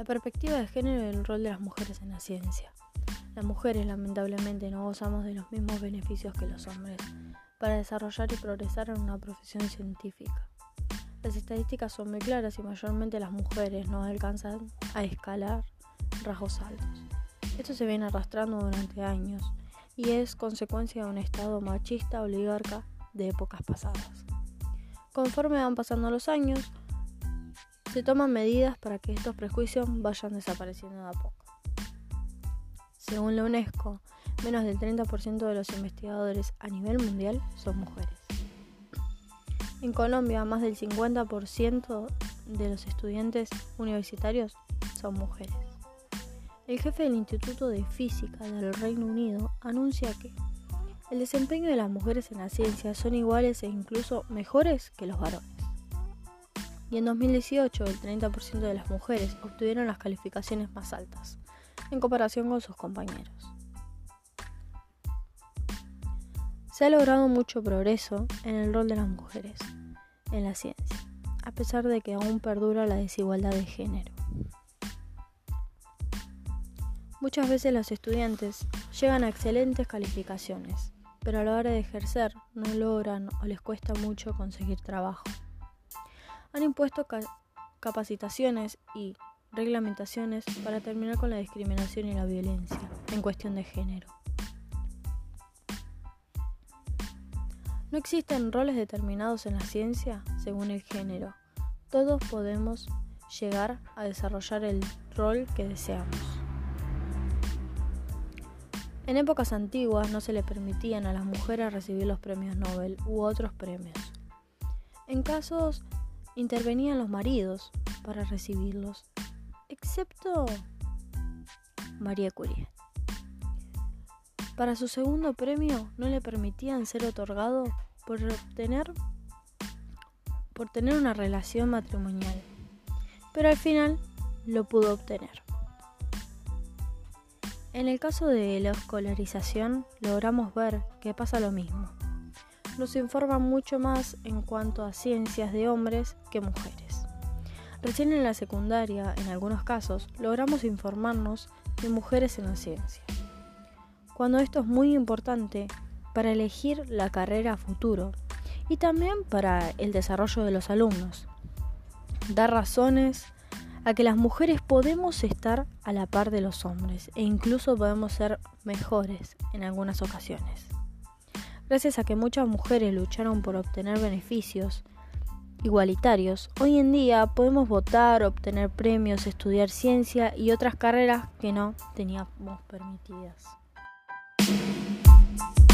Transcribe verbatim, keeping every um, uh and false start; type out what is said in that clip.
perspectiva de género y el rol de las mujeres en la ciencia. Las mujeres lamentablemente no gozamos de los mismos beneficios que los hombres para desarrollar y progresar en una profesión científica. Las estadísticas son muy claras y mayormente las mujeres no alcanzan a escalar rasgos altos. Esto se viene arrastrando durante años y es consecuencia de un estado machista oligarca de épocas pasadas. Conforme van pasando los años, se toman medidas para que estos prejuicios vayan desapareciendo de a poco. Según la UNESCO, menos del treinta por ciento de los investigadores a nivel mundial son mujeres. En Colombia, más del cincuenta por ciento de los estudiantes universitarios son mujeres. El jefe del Instituto de Física del Reino Unido anuncia que el desempeño de las mujeres en la ciencia son iguales e incluso mejores que los varones. Y en dos mil dieciocho, el treinta por ciento de las mujeres obtuvieron las calificaciones más altas, en comparación con sus compañeros. Se ha logrado mucho progreso en el rol de las mujeres en la ciencia, a pesar de que aún perdura la desigualdad de género. Muchas veces los estudiantes llegan a excelentes calificaciones, pero a la hora de ejercer no logran o les cuesta mucho conseguir trabajo. Han impuesto ca- capacitaciones y reglamentaciones para terminar con la discriminación y la violencia en cuestión de género. No existen roles determinados en la ciencia según el género. Todos podemos llegar a desarrollar el rol que deseamos. En épocas antiguas no se le permitían a las mujeres recibir los premios Nobel u otros premios. En casos intervenían los maridos para recibirlos, excepto María Curie. Para su segundo premio no le permitían ser otorgado por obtener, por tener una relación matrimonial, pero al final lo pudo obtener. En el caso de la escolarización logramos ver que pasa lo mismo. Nos informan mucho más en cuanto a ciencias de hombres que mujeres. Recién en la secundaria, en algunos casos, logramos informarnos de mujeres en la ciencia, cuando esto es muy importante para elegir la carrera a futuro y también para el desarrollo de los alumnos. Da razones a que las mujeres podemos estar a la par de los hombres e incluso podemos ser mejores en algunas ocasiones. Gracias a que muchas mujeres lucharon por obtener beneficios igualitarios, hoy en día podemos votar, obtener premios, estudiar ciencia y otras carreras que no teníamos permitidas.